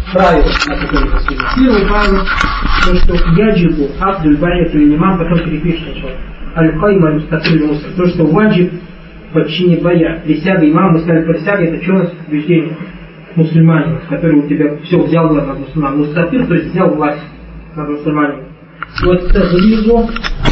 правила, на которые посмотрим. Первое правило, то, что яджибу абдуль байят или имам, потом перепишет сначала. Аль-Кайм аль-Мустакиль мусор. То, что ваджиб подчинить бая. Присяга имама, мы сказали, присяга это черность убеждения мусульманина, который у тебя все взял власть над мусульманином. Мустакиль, то есть взял власть над мусульманином. Вот тазлизу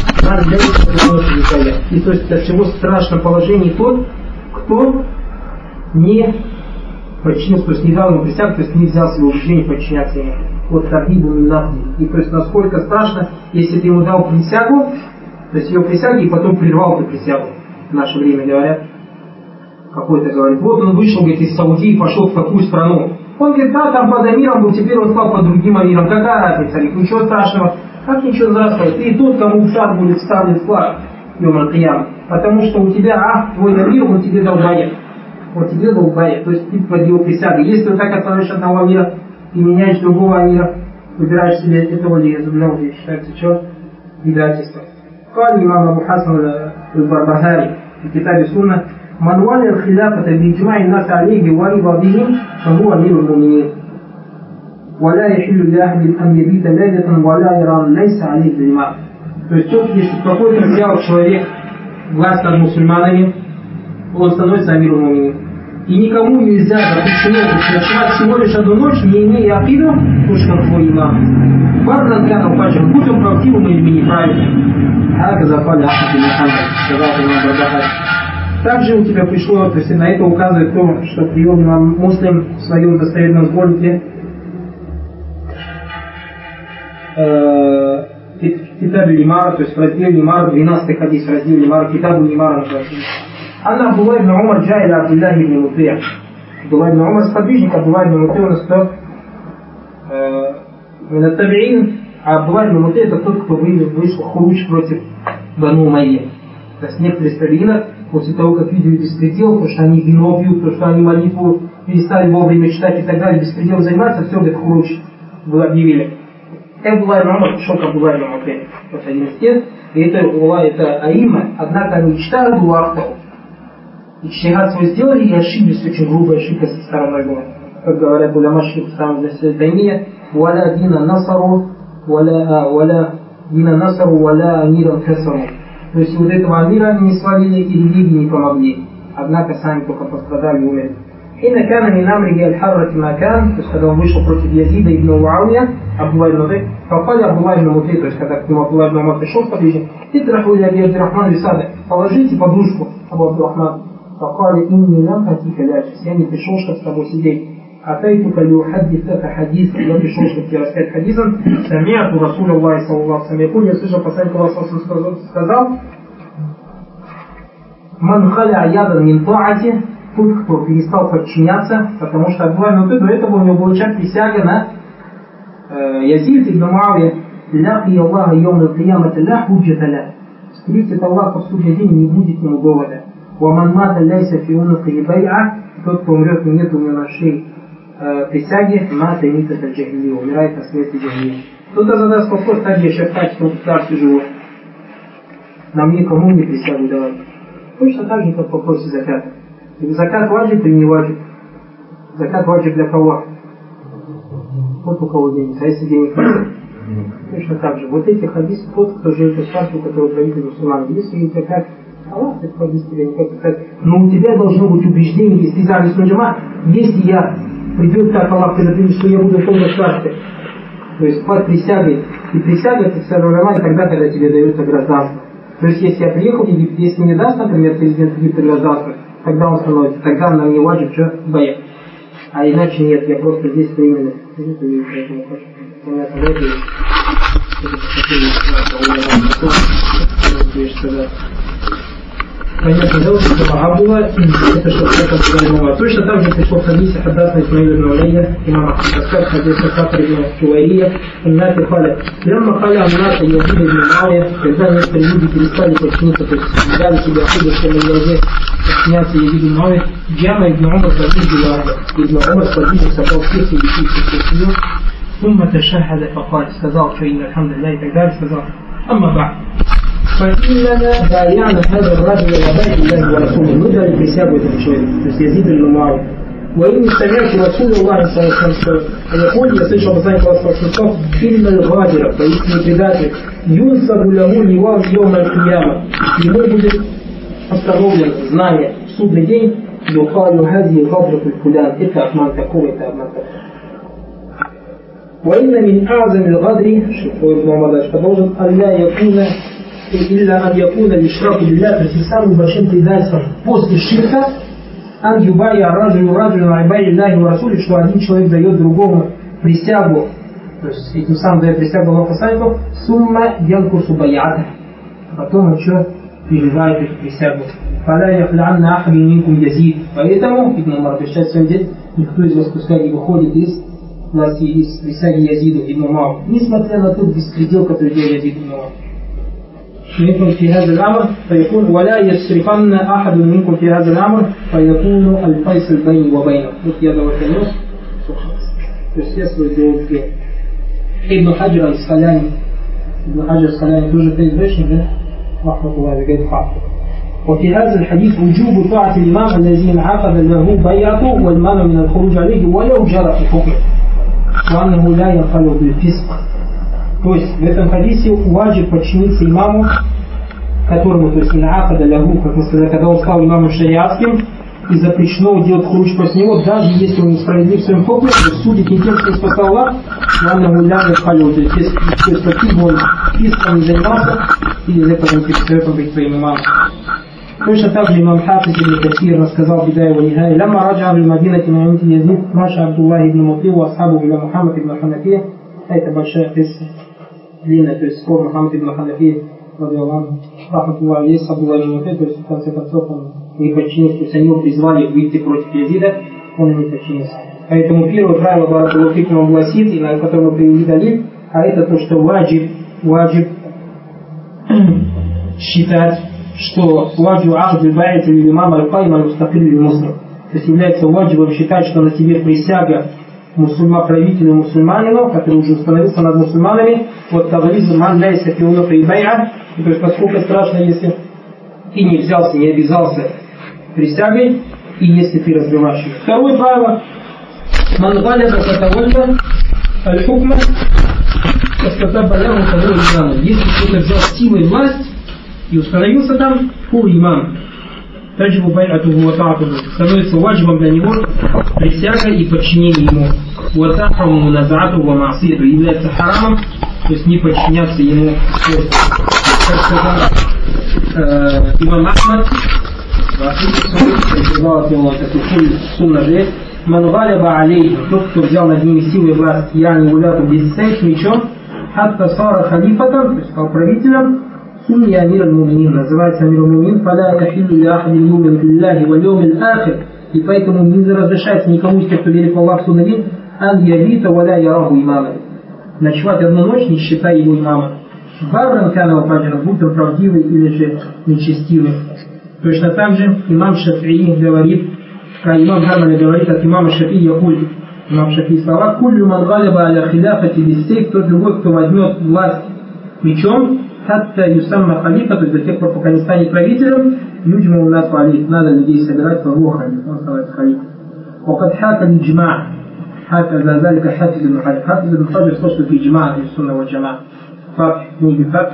и то есть до всего страшном положении тот, кто не подчинился, то есть не дал ему присягу, то есть не взял себе убеждение подчиняться ему. Вот табибу минафни. И то есть насколько страшно, если ты ему дал присягу, то есть ее присяги, и потом прервал эту присягу. В наше время говорят, какой-то говорит, вот он вышел, говорит, из Саудии, пошел в такую страну. Он говорит, да, там под амиром был, теперь он стал под другим амиром. Какая разница? Говорит, ничего страшного. Как ничего страшного? Ты и тот, кому в шаг будет ставлен флаг, потому что у тебя, твой амир, он тебе дал баят. Он тебе дал баят, то есть ты под его присягой. Если ты так оставишь одного амира и меняешь другого амира, выбираешь себе этого ли, уже считается что? Предательство. قال الإمام أبو حسن البربهاري في كتاب السنة من ولي الخلافة بإجماع الناس عليه ورضا بهم فهو أمير المؤمنين ولا يحل لأحد أن يبيت ليلة ولا يرى ليس عليه الإمام. То есть тот, если какой-то взял человек власть над мусульманами, он становится амиром муминин. И никому нельзя запрещено ночевать всего лишь одну ночь, не имея акиду, потому что он твой имам. Барна глянул пачем, будь он правдивым или неправильным. А запали Ахмад Мухаммад, сказал имам Барбахари. Также у тебя пришло, то есть на это указывает то, что привел имам Муслим в своем достоверном сборнике Китаб Лимара, то есть в разделе Лимара, 12-й хадис в разделе Лимара, Китабу Лимара называется. Анна Абдулла ибн Умар джайля Абдуллах ибн Мутия. Абдулла ибн Умар сподвижник, Абдулла ибн Мутия у нас кто? Табиин, а Абдулла ибн Мутия это тот, кто вышел хуруч против Бану Умайя. То есть некоторые из табиинов, после того, как видели беспредел, потому что они вино пьют, потому что они молитву перестали вовремя читать и так далее, беспределом заниматься, все, говорит, хуруч вы объявили. Абдулла ибн Умар пришел к Абдулла ибн Мутия. Вот один из тех, и это аима, однако они читают Дуахтау. И чтигат свой сделали и ошиблись, очень грубая ошибка со стороны была. Как говорят уляма шейх сам для Таймия, валя дина насару, валя дина насару, валя амирам касару. То есть вот этого амира они не свалили и религии не помогли. Однако сами только пострадали и умерли. И накана минамриги аль-харрати макан, то есть когда он вышел против Язида ибн Муавия, Абдулла ибн Мутей, попали Абдулла ибн Мутей, то есть когда к нему Абдулла ибн Умар пришел в подвижник, итраху или Абдурахман Лисада, положите подушку Абу Абдурахман. فقال إني لم أتيك لاجس, я не пришел, чтобы с тобой сидеть. أتيتك لأحدثك حديثا, я пришел, чтобы тебе рассказать хадисом. سمعت رسول الله صلى الله عليه وسلم يقول, я слышал посланник Аллаха сказал, من خلع يدا من طاعته, тот, кто перестал подчиняться, потому что Абдулла до этого у него была присяга на Язид ибн Муавия, ляхи Аллаха йом аль-киямати ля худжата ля, встретит Аллаха в судный день, не будет ему довода. ومن مات ليس في عنقه بيعة, тот, кто умрет, и нет у него на шее присяги, мат и митат аль-джахили, умирает на смерти джахили. Кто-то задаст вопрос, так я сейчас в качестве царстве живу, нам никому не присягу давать. Точно так же, как в вопросе заката. Закат ваджиб или не ваджиб? Закат ваджиб для кого? Вот у кого денег, а если денег нет? Точно так же. Вот эти хадисы, тот, кто живет в царстве, который правитель мусульман. Если есть закат, Аллах этот хадис тебя никак не сказать. Но у тебя должно быть убеждение, если ты Ахлю Джама, если я придет так Аллах предопределит, что я буду в полном царстве. То есть под присягой. И присяга это сформировали тогда, когда тебе дается гражданство. То есть если я приехал в Египет, если мне даст, например, президент Египта гражданство, тогда он становится, тогда на мне ваджиб что? Баят. А иначе нет, я просто здесь временно. Понятно, да, что Абдулла, это что это точно так же пришло в хадисе хаддасна Исмаил ибн Улайя, имам Ахмад рассказывает хадис Сафар ибн Чувайрия, Иннати халя. Лямма халя Амната Язид ибн Муавия, когда некоторые люди перестали подчиниться, то есть взяли себе отсюда, что мы должны подчиняться Язид ибн Муавия, Джама ибн Умар задвигал ибн Умар сподвижник собрал всех и всех семью, ثم تشهد فقال, сказал, что инна алхамдулилля и так далее, сказал, амма ба'д. فإننا بايعنا هذا الرجل وبيع الله ورسوله. Мы дали присягу этому человеку, то есть Язид ибн Муавия. وإني سمعت رسول الله صلى الله عليه وسلم يقول: я слышал посланника Аллаха sallallahu alaihi wasallam: إن الغادر, поистине предатель, юнсабу лаху лива йома аль-кияма, ему будет установлен знание в судный день, юкалю хази гадрату фулян, это обман такой, это обман такой. وإن من أعظم الغدر продолжим ألا يكون إلا أن يكون الإشراك بالله, то есть самым большим предательством после ширка أن يبايع الرجل رجلا على بيع الله ورسوله, что один человек дает другому присягу, то есть этим самым дает присягу Аллаху посланнику, сумма янкусу байата, потом он что переживает эту присягу. فلا يخلعن أحد منكم يزيد, поэтому Ибн Умар обещает своим детям: никто из вас пускай не выходит из присяги Язиду ибн Умару, несмотря на тот беспредел, который делал Язид ибн Умар. منكم في هذا الأمر فيكون ولا يسرفن أحد منكم في هذا الأمر فيكون الفيصل بيني وبينه. Вот я давай конец. То есть я свой делал две. Ибн Хаджар аль-Скаляни. Ибн Хаджар аль-Скаляни тоже источник, да? Рахматуллахи говорит факт. وفي هذا الحديث وجوب طاعة الإمام الذي انعقد له بيعته والمنع من الخروج عليه ولو جرى في حكمه وأنه لا ينخلو بالفسق. То есть в этом хадисе ваджиб подчиниться имаму, которому, то есть ин'акада лаху, как мы сказали, когда он стал имамом шариатским, и запрещено делать хуруч после него, даже если он несправедлив в своем хукме, то есть судит не тем, что спасал Аллах, وأنه لا ينخلو, то есть каким бы он фиском не занимался, и из этого он перестает быть своим имамом. Точно так же имам Хафиз ибн Касир рассказал в Бидая ва Нихая: «Лама раджа в Мадинате мин инди Язид, маша Абдуллах ибн Мутли ва асхабу иля Мухаммад ибн Ханафия». Это большая песня, длинная, то есть спор Мухаммад ибн Ханафия, рахматуллахи алейхи, с Абдуллах ибн Мутли, то есть в конце концов он не подчинился, то есть они его призвали выйти против Язида, он не подчинился. Поэтому первое правило Баракулуфикум гласит, и на котором мы привели далиль, а это то, что ваджиб считать, что ваджиб ахд аль-бай'ат или имам аль-кайм аль-мустакиль или муслим. То есть является ваджибом считать, что на тебе присяга правителю мусульманину, который уже установился над мусульманами, вот тавализм ман ляйся фиуну при бай'а, то есть поскольку страшно, если ты не взялся, не обязался присягой, и если ты разбиваешь ее. Второе правило: ман галиба фатавалля аль-хукма фастатаба лаху фахуа имам. Если кто-то взял силой власть и установился там, фу имам, таджибу бай'атуху ва та'атуху, становится ваджибом для него присяга и подчинение ему. Ва тахраму муназаатуху ва ма'сияту, является харамом, то есть не подчиняться ему. Как сказал имам Ахмад, сказал от него такую сунна же: ман галиба алейхи, тот, кто взял над ними силой власть, яни гуляту бисайф, мечом, хатта сара халифатан, то есть стал правителем, сунни амир аль-муминин, называется амир аль-муминин, фаля яхиллу ля ахадин юмин биллахи валь йомил ахир, и поэтому не разрешается никому из тех, кто верит в Аллах судный день, ан явита валя яраху имама, ночевать одну ночь, не считая его имама. Барран кана фаджра, будь он правдивый или же нечестивый. Точно так же имам Шафии говорит, имам Гармали говорит от имама Шафии якуль, имам Шафии слова: куллю ман галиба аля хиляфати бисейф, тот любой, кто возьмет власть мечом, хатта юсамма халифа, то есть до тех пор, пока не станет правителем, юджму у нас халиф, надо людей собирать, фагу халиф, он становится халифом. Вакад хака лиджма, хака зазалика хафиз ибн Хаджар. Хафиз ибн Хаджар сказал, что это иджма из сунна ва джама. Факт, книги факт,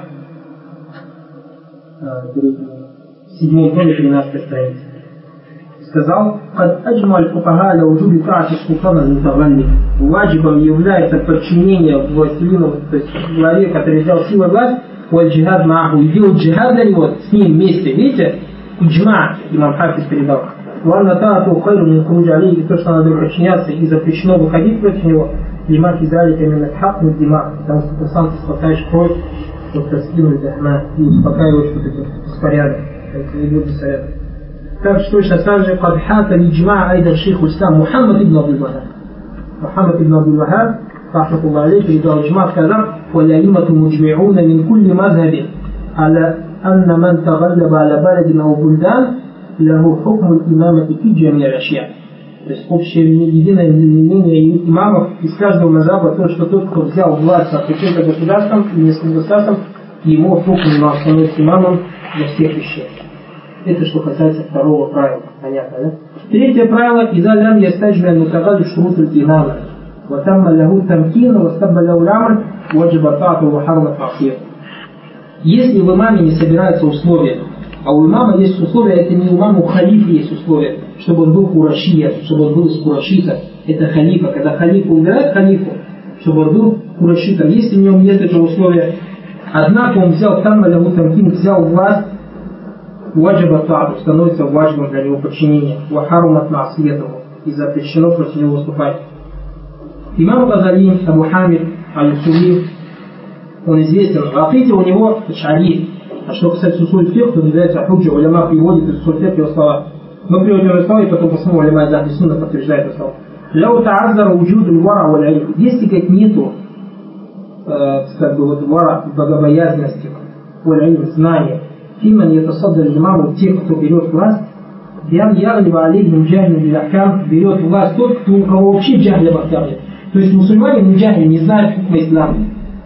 7 томе, 13 страница. Сказал: «Кад аджма аль-фукаха ля уджуби та'ати султана аль-мутавалли». Ваджибом является подчинение властелину, то есть главе, который взял силу власть, валь-джихад мааху, и делать джихад для него с ним вместе. Видите? Иджма, имам Хафиз передал. Ванна та'ату хайру мин хуруджи алейхи, то, что надо подчиняться и запрещено выходить против него, лима физалика именно хак мин дима, потому что ты сам спасаешь кровь, вот таскину дахна, и успокаиваешь вот этот беспорядок, не будет беспорядок. Так что точно так же قد حاك الإجماع أيضا شيخ الإسلام محمد ابن عبد الوهاب. محمد ابن عبد الوهاب رحمة الله عليه передал إجماع كذا: والأئمة مجمعون من كل مذهب على أن من تغلب على بلد أو بلدان له حكم الإمامة في جميع الأشياء. То есть общее единое мнение имамов из каждого мазхаба то, что тот, кто взял власть над каким-то государством или нескольким государством, ему хукм имам становится имамом для всех вещей. Это что касается второго правила. Понятно, да? Третье правило. إذا لم يستجمع المتغلب شروط الإمامة وتم له التمكين واستبى له الأمر وجب طاعته وحرمت معصيته. Если в имаме не собираются условия, а у имама есть условия, это не у имама, у халифа есть условия, чтобы он был курашия, чтобы он был из курашита, это халифа. Когда халифа убирает халифу, чтобы он был курашитом, если в нем нет этого условия, однако он взял взял власть, ваджиба та'ату, становится важным для него подчинение, вахарумат ма'асиятуху, и запрещено против него выступать. Имам Газали, Абу Хамид, Аль-Усули, он известен, в акиде у него аш'ари. А что касается усуль фикх, то является худжа, уляма приводит из усуль фикх его слова. Мы приводим его слова, и потом посмотрим, уляма из ахли сунна подтверждает это слово. Ляу та'аззара уджуд аль-вара валь-илм. Если как нету, вара, богобоязненности, валь-илм, знания, фиман ятасаддар имаму, тех, кто берет власть, ян яглива алейхим джахлин биль-ахкам, берет власть тот, кто у кого вообще джахля в ахкам нет. То есть мусульмане не джахли, не знают хукма ислама.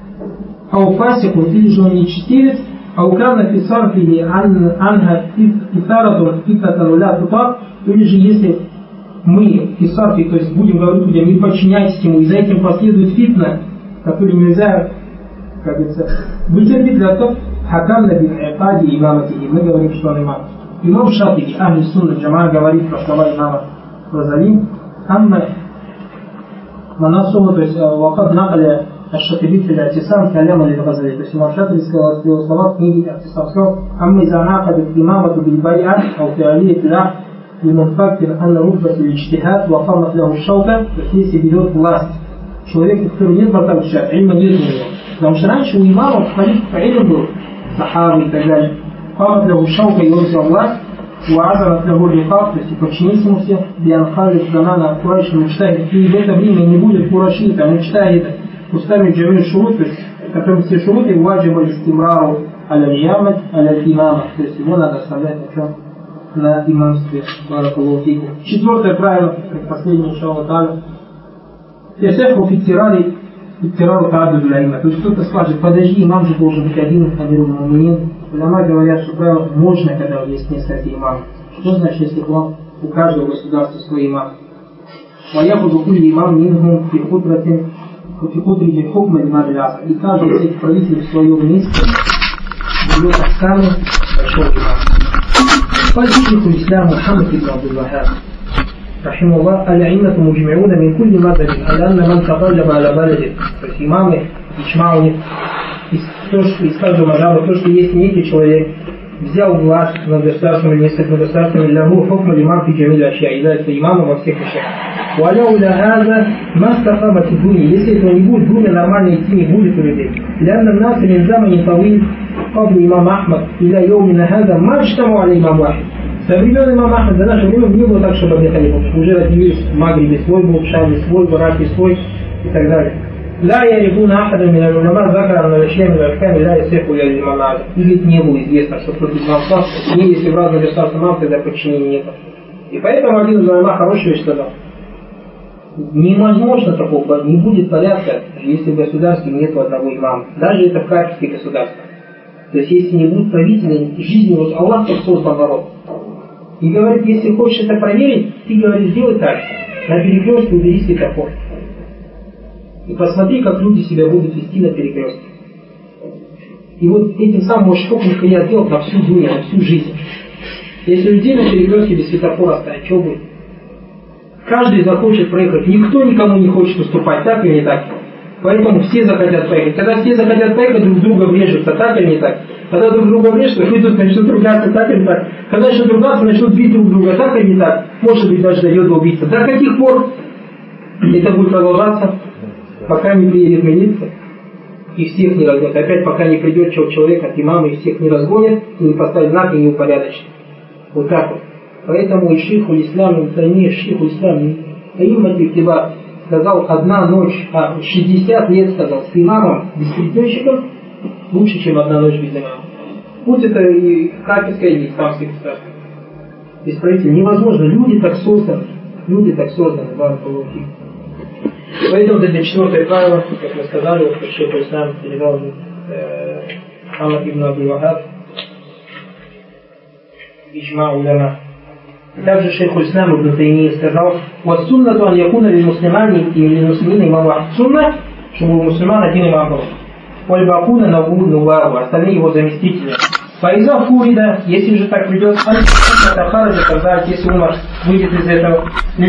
Ау фасику, или же он нечестивец, ау кана фисар или анха фитарату фитатану ля тутак, или же если мы фисарфи, то есть будем говорить людям, не подчиняйтесь ему, и за этим последует фитна, который нельзя, как говорится, вытерпеть для того, хакамна бил-айкади имаматихи. Мы говорим, что он имам. Имам Шафи'и, ахли сунна джамаа, говорит про слова имама Газали, амма манасума, то есть вакад накаля الشاطبي في الاعتصام كلام للغزالي. То есть имам Шафи'и сказал в его словах в книге «А'тисам», сказал: «Амма иза нақадат имамату биль-бай'ат ау фи'алият лах лимунфактир анна руббат иль-иджтихад ва камат лаху шаука». То есть если берет власть человек, у которого нет борта учат, ильма нет у него. Потому что раньше у имамов халиф илм был, сахабы и так далее. Камат лаху шаука, и он взял власть, وعزمت له الرقاب, то есть и подчинился ему все, бианхалиф ганана курайш мучтахид, и в это время не будет курашита, мучтахида, устами джамиль шурут, то есть которым все шуруты ваджиба истимрару аля-лиямат аля-имама, то есть его надо оставлять на чем? На имамстве. Четвертое правило, последнее иншаллах та'аля, ясеху фиттирару та'адду биль-аимма. То есть кто-то скажет: подожди, имам же должен быть один, амирул муминин. Уляма говорят, что правило можно, когда есть несколько имамов. Что значит, если у каждого государства свой имам? Ваяхуду кулли имам минхум фи хутратин фи хутрити хукма имам ляса. И каждый из этих правителей в своем месте берет самый большой имам. فالشيخ الإسلام محمد بن عبد الوهاب رحمه الله: الأئمة مجمعون من كل مذهب على أن من تغلب على بلده. То есть имамы, иджма у них из каждого мазхаба, то, что есть некий человек взял власть над государством или несколько государствами, лягу хукма имам фи джамиль ашья, является имамом во всех вещах. Валяу ля хаза мастахамати дуни. Если этого не будет, дуня нормально идти не будет у людей. Лянна наса мин замани тавил قبل имам Ахмад иля йоумина хаза маджтаму аля имам вахид. Со времен имама Ахмада до нашего времени не было так, чтобы одни халифов. Уже родились в Магрибе свой был, в Шаме свой, в Ираке свой и так далее. لا يعرفون أحدا من العلماء ذكر أن الأشياء من الأحكام لا يصح إلا الإمام أعلى. Или не было известно, что против имамства, не если в разных государствах имам, тогда подчинения нет. И поэтому один из улама хорошую вещь сказал: невозможно такого, не будет порядка, если в государстве нет одного имама. Даже это в кафирских государствах. То есть если не будет правителя, жизнь его, Аллах так создал народ. И говорит, если хочешь это проверить, ты, говоришь, сделай так: на перекрестке убери светофор. И посмотри, как люди себя будут вести на перекрестке. И вот этим самым можешь хукм я сделал на всю дуню, на всю жизнь. Если людей на перекрестке без светофора оставить, что будет? Каждый захочет проехать, никто никому не хочет уступать, так или не так? Поэтому все захотят поехать. Когда все захотят поехать, друг друга врежутся, так или не так? Когда друг друга врежутся, выйдут, начнут ругаться, так или не так? Когда начнут ругаться, начнут бить друг друга, так или не так? Может быть, даже дойдет до убийства. До каких пор это будет продолжаться? Пока не приедет милиция и всех не разгонит. Опять пока не придет человек от имама и всех не разгонит, и не поставит знак и не упорядочит. Вот так вот. Поэтому и шейху ислам, и шейху ислам, сказал, одна ночь, 60 лет сказал, с имамом, беспредельщиком, лучше, чем одна ночь без имама. Будь это и кафирское, и исламское государство. Без правителя невозможно. Люди так созданы. Поэтому это четвертое правило, как мы сказали, вот шейх ислам передал Мухаммад ибн Абдул Вахаб. иджма уляма. Также шейх Ислам ибн Таймия сказал: «Вассуннату ан якуна лил муслимани и лил муслимина имам вахид». Сунна, чтобы у мусульман один имам был. Вальбакуна наву нувару, остальные его заместители. Фаиза фурида, если же так придет, если Умар выйдет из этого,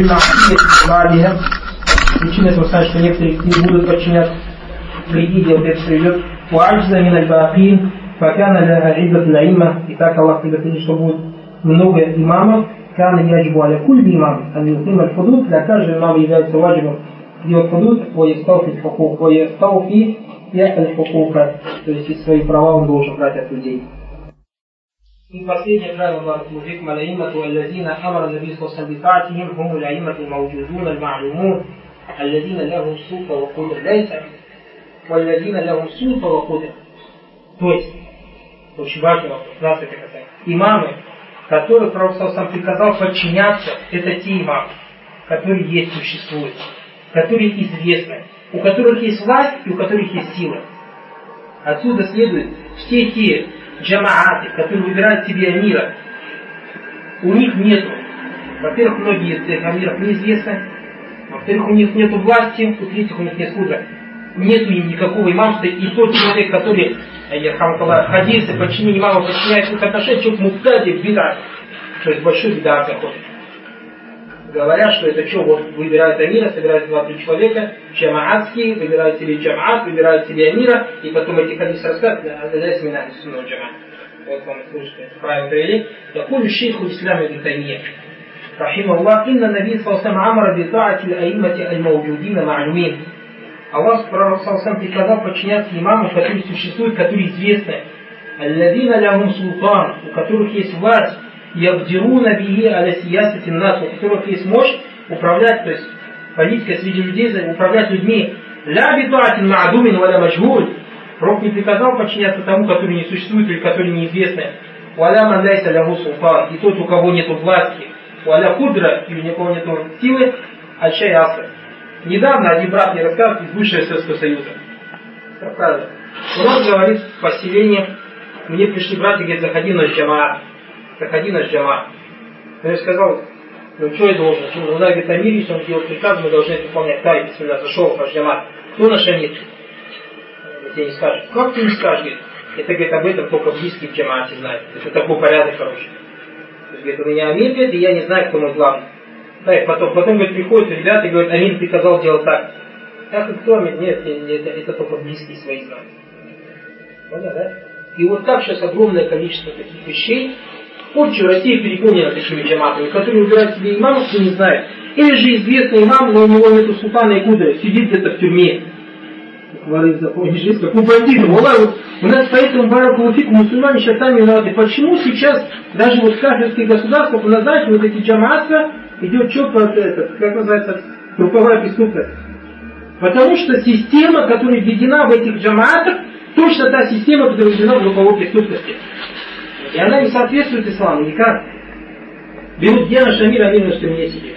причина этого значит, что некоторые не будут подчиняться религии, вот это придет. Уаджза мин аль-баакин, факана ля иддат лаима, и так Аллах предопределил, что будет много имамов. Кана яджбу аля кульби имам, а мин аль-худуд, для каждого имама является ваджибом делать худуд, воестауфи хукук, воестауфи аль-хукука, то есть из своих права он должен брать от людей. И последнее правило Баракулуфик малаимату аллазина амара наби саллаллаху битаатихим хуму ляимату мауджудун аль-ма'лумун аллазина лягум суфа ва кудр ляйса валлазина лягум суфа ва кудр. То есть, очень важный вопрос, нас это касается. Имамы, которых Пророк сам приказал подчиняться, это те имамы, которые есть, существуют, которые известны, у которых есть власть и у которых есть сила. Отсюда следует все те джамааты, которые выбирают себе амира, у них нету, во-первых, многие из этих амиров неизвестны, во-вторых, у них нету власти, в-третьих, у них нет худра, нету им никакого имамства, и тот человек, который хадисы, подчинение имама, подчиняет их отношения, что к муктаде, к бедат, то есть большой бедат заходит. Говорят, что это что, вот выбирают амира, собирают 2-3 человека, джамаатские, выбирают себе джамаат, выбирают себе амира, и потом эти хадисы рассказывают, адалясь мина сунного джамаат. Вот вам слышите, правильно привели. Якулю шейху ислам ибн Таймия. Рахималлах, инна наби салсам амара битаати аимати аль-мауджудина ма'лумин. Аллах салсам приказал подчиняться имамам, которые существуют, которые известны. Аллазина лягум султан, у которых есть власть, ябдируна бихи аля сиясати нас, у которых есть мощь управлять, то есть политика среди людей, управлять людьми. Ля битаатин ма'думин валя маджгуль. Пророк не приказал подчиняться тому, который не существует или который неизвестный. Валя ман ляйса лягу султан, и тот, у кого нет власти. Валя кудра, или у кого нет силы, ачай аср. Недавно один брат мне рассказывал из бывшего Советского Союза. У нас, говорит, в поселении мне пришли братья, говорит, заходи наш джамаат. Заходи наш джамаат. Я сказал, ну что я должен? У нас, говорит, амир, если он делает приказ, мы должны это выполнять. Да, если у нас зашел наш джамаат. Кто наш амир? Тебе не скажет. Как ты не скажешь? Говорит, это, говорит, об этом только близкие в джамаате знают. Это такой порядок, короче. То есть, говорит, у меня амир, говорит, и я не знаю, кто мой главный. Да, и потом говорит, приходят ребята и говорят, амир приказал делать так. Так и кто амир? Нет, это только близкие свои знают. Понял, да? И вот так сейчас огромное количество таких вещей. Позже Россия переполнена такими джаматами, которые выбирают себе имамов, кто не знает. Или же известный имам, но у него нету султана и кудры, сидит где-то в тюрьме. Говорит, запомнишь, жизнь, как у бандитов. У нас поэтому баракулуфик, мусульмане сейчас сами виноваты. Почему сейчас даже вот в кафирских государствах, у нас, знаете, вот эти джамаатства, идет четко, как называется, групповая преступность. Потому что система, которая введена в этих джамаатах, точно та система, которая введена в групповой преступности. И она не соответствует исламу никак. Берут, где наш амир, амир на стене сидит.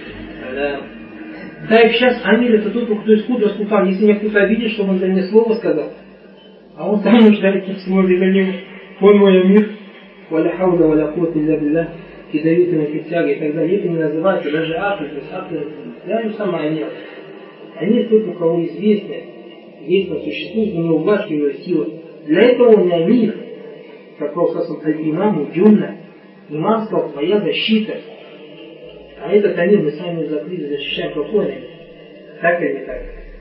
Да и сейчас амир это тот, кто из худра султан. Если меня кто-то обидит, чтобы он за мне слово сказал. А он сам нуждается в слове за него. Он мой амир. Валя хауля валя кот илля билля. И дают ему присягу и так далее. Это не называется даже акты. То есть акты, я не сама амир. Амир тот, у кого известно, действенно существует, у него власть, у него сила. Для этого он не амир. Как Пророк имаму джунна. Имам сказал, твоя защита. А этот амир мы сами закрыли, защищаем какой амир? Так или не так?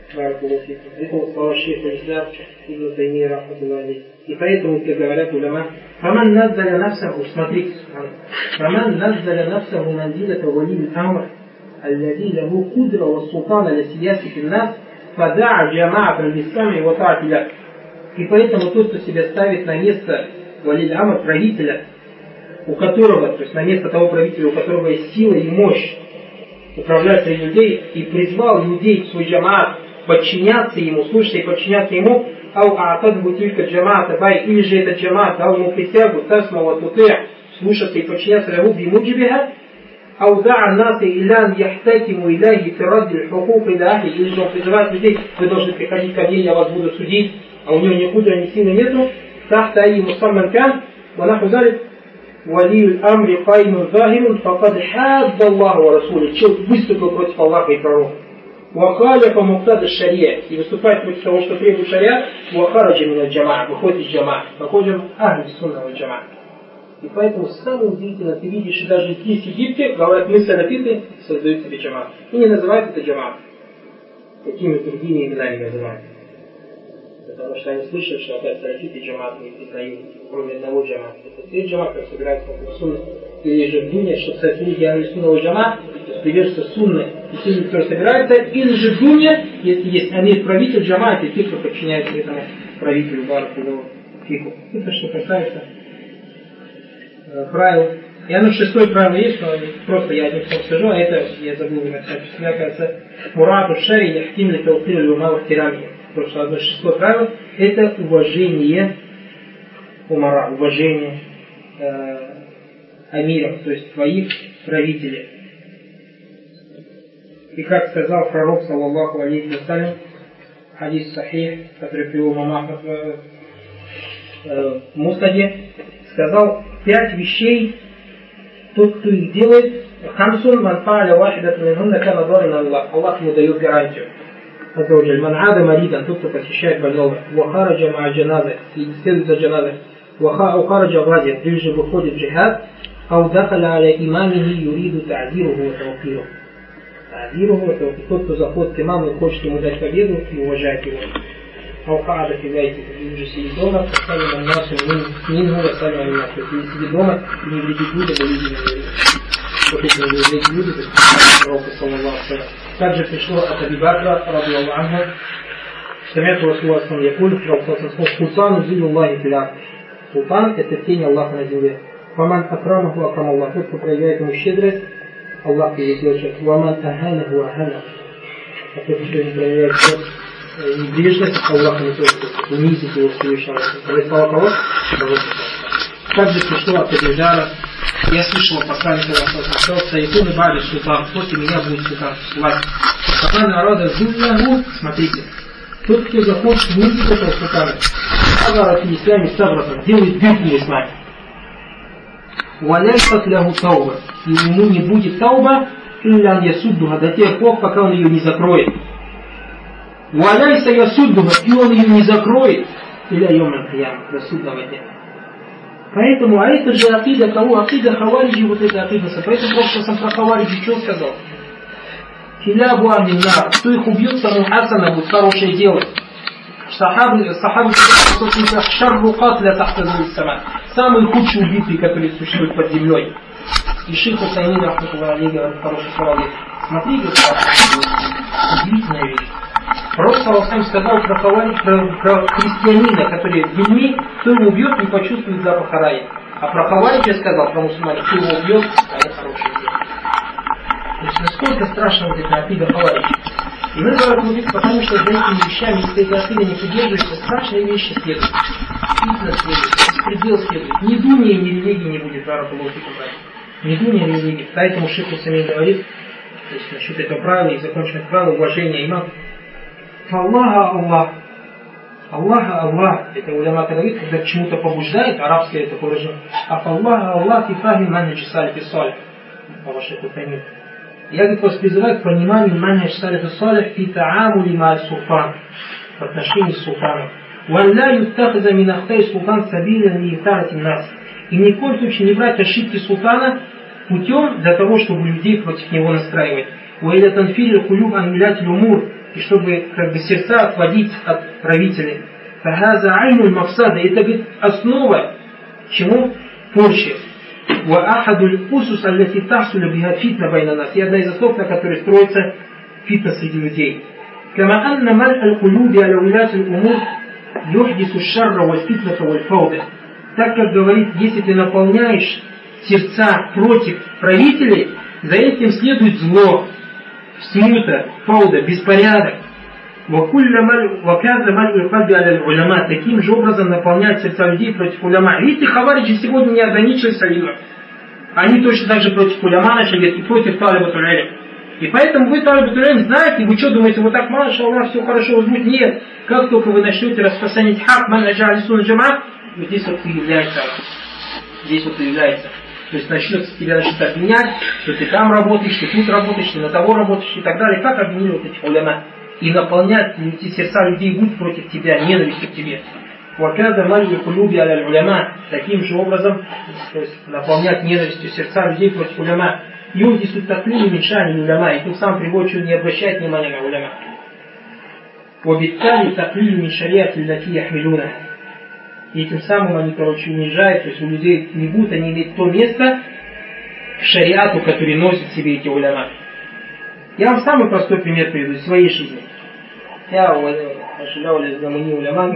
Это слова шейха Ислам ибн Таймия рахматуллахи. И поэтому, как говорят уляма, «Фаман наздаля нафсаху», смотрите, «Фаман наздаля нафсаху мандилата вали амр, аллади лаху кудра ва султана ля сиясити нас, фадаа джамаатан бисами ва таатиля». И поэтому тот, кто себя ставит на место вали амр, правителя, у которого, то есть на место того правителя, у которого есть сила и мощь управлять среди людей, и призвал людей в свой джамаат подчиняться ему, слушаться и подчиняться ему, ау аатадбу тилька джамаата бай, или же этот джамаат дал ему присягу, тасма ва тутэ, слушаться и подчиняться раху бимуджибиха, ау да'а наса илян яхтакиму иляхи фирадди хукук иляхи, или же он призывает людей, вы должны приходить ко мне, я вас буду судить, а у него ни худра, ни силы нету, тахта и мусамман кан, ванаху залит, валию амри каймун захирун факад хадда Аллаху ва расули. Человек выступил против Аллаха и пророка. Вахаля по муктаду шария. И выступает против того, что требует шария. Вахараджа мина джама. Выходит из джама. Выходим ахли сунна валь джама. И поэтому самое удивительное, ты видишь, что даже здесь в Египте, говорят, мы салафиты, создают себе джамат. И не называют это джамат. Такими другими именами называют. Потому что они слышат, что опять салафиты джамат не признают, кроме одного джамата. Это все джамат, которые собираются по сунне. Или же думают, что салафиты ахли сунна валь джама, приверженцы сунны и сунны, которые собираются, или же думают, если есть амир правитель джамата, и те, кто подчиняется этому правителю, бараку, фику. Это что касается правил. И оно шестое правило есть, но просто я одним словом скажу, а это я забыл написать. Мне кажется, Мураду Шари Яхтим Литаутир Люмалах Тирами. Потому что одно шестое правило — это уважение умара, уважение амиров, то есть твоих правителей. И как сказал пророк, саллаллаху алейхи вассалям, хадис сахих, который привел имам Ахмад в Муснаде, сказал 5 вещей, тот, кто их делает, хамсун ман фааля вахидатун минхунна кана дарина Аллах. Аллах ему дает гарантию. Аззаваджаль. Ман ада маридан, тот, кто посещает больного. Вахараджа ма джаназа, следует за джаназой. Вахараджа гази, прежде выходит в джихад. Ау дахаля аля имамихи юриду та'зируху ва тавфируху. Та'зируху ва тавфируху. Тот, кто заходит к имаму и хочет ему дать победу и уважает его. Алкаада фигайте, или же сидит дома, поставим на нашу мингу, оставим на нашу. Если сидит дома, не вредит люди, то люди не вредит. Вот эти не вредит люди, то есть пророка, саллаллаху алейхи. Также пришло от Аби Бакра, радиаллаху анху, Самяту Расулаллаху саллаллаху алейхи, якуль, Султан зилю Аллахи филяр. Султан — это тень Аллаха на земле. Фаман акрамаху акрамаллах. Тот, кто проявляет ему щедрость, Аллах ее сделает. Ваман аханаху аханаху. А тот, кто не проявляет небрежность, Аллах не только унизит его Всевышнего. Это слова кого? Также пришло от Абиджара. Я слышал посланника Аллаха, Саикун и Бали Султан, после меня будет султан, власть. Пока народа зулягу, смотрите, тот, кто захочет унизить этого султана, Агарат и Исламе Сабратан, делает дырку в исламе. Валяйсат лягу тауба, и ему не будет тауба, иллян ясуддуха, до тех пор, пока он ее не закроет. Валяйся ясуддуха, и он ее не закроет, илля йоман кьяма, до судного дня. Поэтому, а это же акида кого? Акида хавариджи, вот это акида. Поэтому просто сам про хавариджи что сказал? Хилябу аминна, кто их убьет, тому хасана будет хорошее дело. Сахабы шарру катля тахтазу сама. Самые худшие убитые, которые существуют под землей. И шейх Хусайни, рахматуллахи алейхи, говорит хороший слова. Смотрите, удивительная вещь. Пророк сам сказал про христианина, который в дерьме, кто его убьет, не почувствует запах рая. А про хаварича сказал, про мусульманина, кто его убьет, а это хорошее дело. То есть насколько страшна вот эта акида хаварича. И мы говорим, потому что за этими вещами, если эти акиды не придерживаются, страшные вещи следуют. Действительно следуют, беспредел следует. Ни дуния, ни религии не будет, ни дуния, ни религии. Поэтому шейх Хусайни говорит, то есть насчет этого правила и законченных правил уважения имам. Аллаха Аллах. Аллаха Аллах. Это уляма говорит, когда к чему-то побуждает, арабское это выражение. Аллаха Аллах и фахим манхадж салифи салих. По вашей кухне. Я, говорит, вас призываю к пониманию манхадж салифи салих фи таамули ма суфан. В отношении с султаном. Валля юттахаза мин ахтай султан сабиля ли ифтарати нас. И ни в коем случае не брать ошибки султана путем для того, чтобы людей против него настраивать. Уэля танфиль кулюб анмилятиль умур. И чтобы как бы сердца отводить от правителей. Фахаза айнуль мафсада. Это, говорит, основа чему? Порчи. Ва ахадуль усус аллати тахсуля биха фитна байна нас. И одна из основ, на которой строится фитна среди людей. Кама анна маль аль-кулюби аля улят аль-умур юхдису шарра валь фитната валь фауда. Так как говорит, если ты наполняешь сердца против правителей, за этим следует зло. Смута, фауда, беспорядок. Таким же образом наполняет сердца людей против уляма. Видите, хавариджи сегодня не ограничились салимом. Они точно так же против уляма начали и против талиба тулялим. И поэтому вы талиба тулялим знаете, вы что думаете, вот так, маша Аллах, все хорошо возьмут? Нет. Как только вы начнете распространять хак, ман аджали сунна джамаат, вот здесь вот и является. здесь вот появляется. То есть тебя начнут обвинять, что ты там работаешь, ты тут работаешь, ты на того работаешь и так далее. Как обвинили вот этих уляма? И наполнять эти сердца людей будут против тебя, ненавистью к тебе. Таким же образом, то есть наполнять ненавистью сердца людей против уляма. Юдису таклили мешани уляма, и тем самым приводит, что не обращает внимания на уляма. Вабиттали таклили мишарияти лати яхмилуна. И тем самым они, унижают, то есть у людей не будут они иметь то место к шариату, который носит в себе эти уляма. Я вам самый простой пример приведу из своей жизни. Я ожидал из гамани уляма,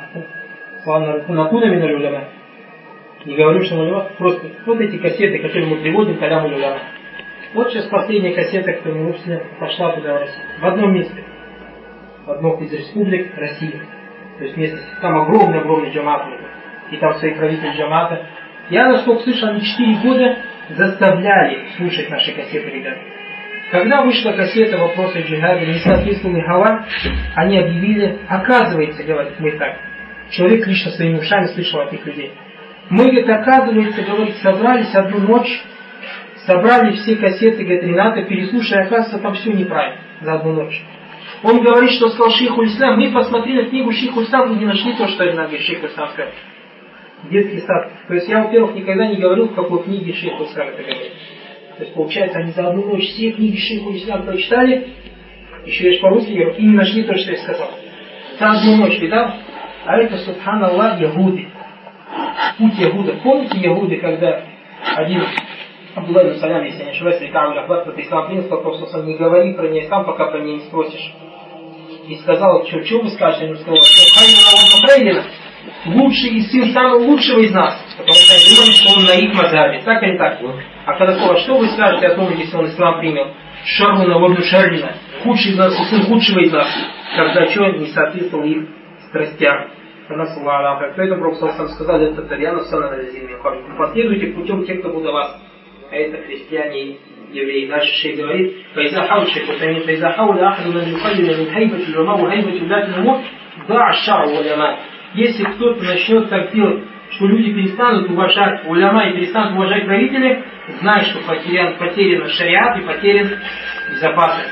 не говорю, что уляма, просто вот эти кассеты, которые мы приводим, калям уляма. Вот сейчас последняя кассета, которую мы выпустили, пошла туда в одном месте, в одном из республик России. То есть местности, там огромный джамат, и там свои правители джамата. Я, насколько слышал, они 4 года заставляли слушать наши кассеты, ребята. Когда вышла кассета «Вопросы джихада», не соответствовали Хава, они объявили, оказывается, говорит, мы так, человек лично своими ушами слышал от этих людей. Мы, говорит, оказывается, говорит, собрались одну ночь, собрали все кассеты, говорит, Рената, переслушали, оказывается, там все неправильно за одну ночь. Он говорит, что сказал Шейхуль Ислам. Мы посмотрели книгу Шейхуль Ислам и не нашли то, что Ренат говорит, Шейхуль Ислам сказал. Детский сад. То есть я, во-первых, никогда не говорил, в какой книге Шейхуль Ислам это говорит. То есть получается, они за одну ночь все книги Шейхуль Ислам прочитали, еще лишь по-русски говорю, и не нашли то, что я сказал. За одну ночь, видал? А это, субханаллах, ягуды. Путь ягуда. Помните ягуды, когда один Абдулла ибн Салям, если я не ошибаюсь, или Ка'б аль-Ахбар, кто-то ислам принял, сказал, просто не говори про нее сам, пока про нее не спросишь. И сказал, что вы скажете? Он сказал, лучший сын самого лучшего из нас. Потому что они думали, что он на их мазхабе. Так или так? А когда сказал, что вы скажете о том, если он ислам принял? Шармуна вобну шармина. Худший из нас, сын худшего из нас. Когда что не соответствовал их страстям. Поэтому Пророк сам сказал, это Тарьяна Сана Назимия. Последуйте путем тех, кто будет вас. А это христиане и евреи. Дальше шейх говорит, فإذا حاول أحد من يقلل من هيبة العلماء وهيبة ولاة الأمور ضاع الشرع والعلماء. Если кто-то начнет так делать, что люди перестанут уважать уляма и перестанут уважать правителей, знай, что потерян шариат и потерян безопасность.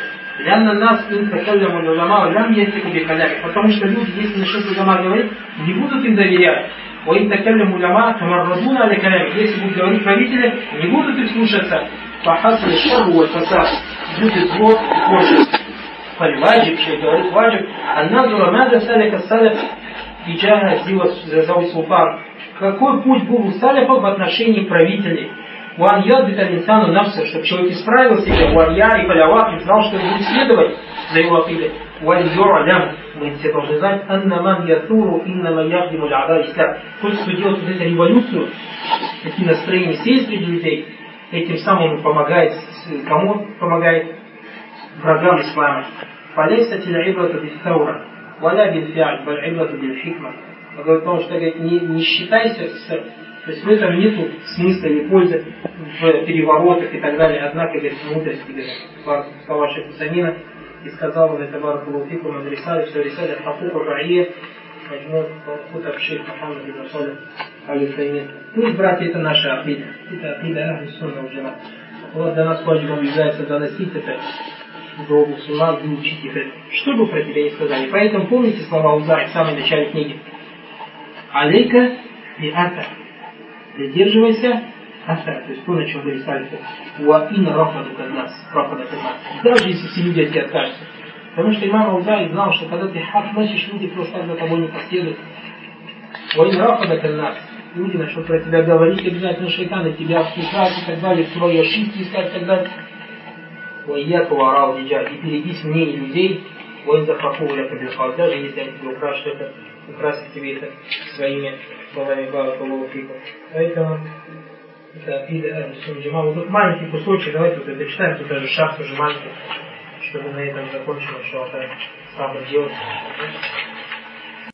Потому что люди, если начнут уляма говорить, не будут им доверять. Если будут говорить правители, не будут их слушаться. Будет зло и позже. Фальваджиб, что говорит ваджиб, анназура мада салика салиф иджага зауи султан. Какой путь был у салифов в отношении правителей? Уан ядбит аль-инсану нафса, чтобы человек исправил себя, уан я и палявак, и знал, что будет следовать за его акидой. Уан ю'алям, мы все должны знать, аннаман ятуру иннама яхдиму л'ада ислам. Тот, кто делает вот эту революцию, такие настроения сеять среди людей, этим самым он помогает, кому помогает? Врагам ислама. فليست العبرة بالثورة ولا بالفعل بل عبرة بالحكمة. Он говорит, потому что говорит, не считайся, то есть в этом нету смысла или пользы в переворотах и так далее, однако говорит, мудрости, слова Шейха Самина, и сказал он это Баракулуфику Мадрисали, что рисали Хакука Раия, Маджмуд Хутаб Шейх Мухаммад ибн Салих Аль-Утаймин. Ну и, братья, это наша акида. Это акида Ахли Сунна Уджама. Вот для нас ваджибом является доносить это до мусульман и учить их это. Что бы про тебя не сказали. Поэтому помните слова Аузаи в самом начале книги. Алейка и ата. Придерживайся ата. То есть то, на чем были салифы. Уаин рафаду каднас. Даже если все люди от тебя откажутся. Потому что имам Аузаи знал, что когда ты хак носишь, люди просто так за тобой не последуют. Уаин рафаду каднас. Люди начнут про тебя говорить, обязательно шайтаны тебя обсуждать и так далее, свои ошибки искать и так далее. Уайяку варау диджа, и берегись мнений людей, войн захафу ляка бирхау, даже если они тебе украсят тебе это своими словами баракаллаху фикум. Поэтому это акида Ахли Сунна Валь Джамаа. Вот тут маленький кусочек, давайте вот это читаем, тут даже шаг уже маленький, чтобы на этом закончилось, что это самое делать.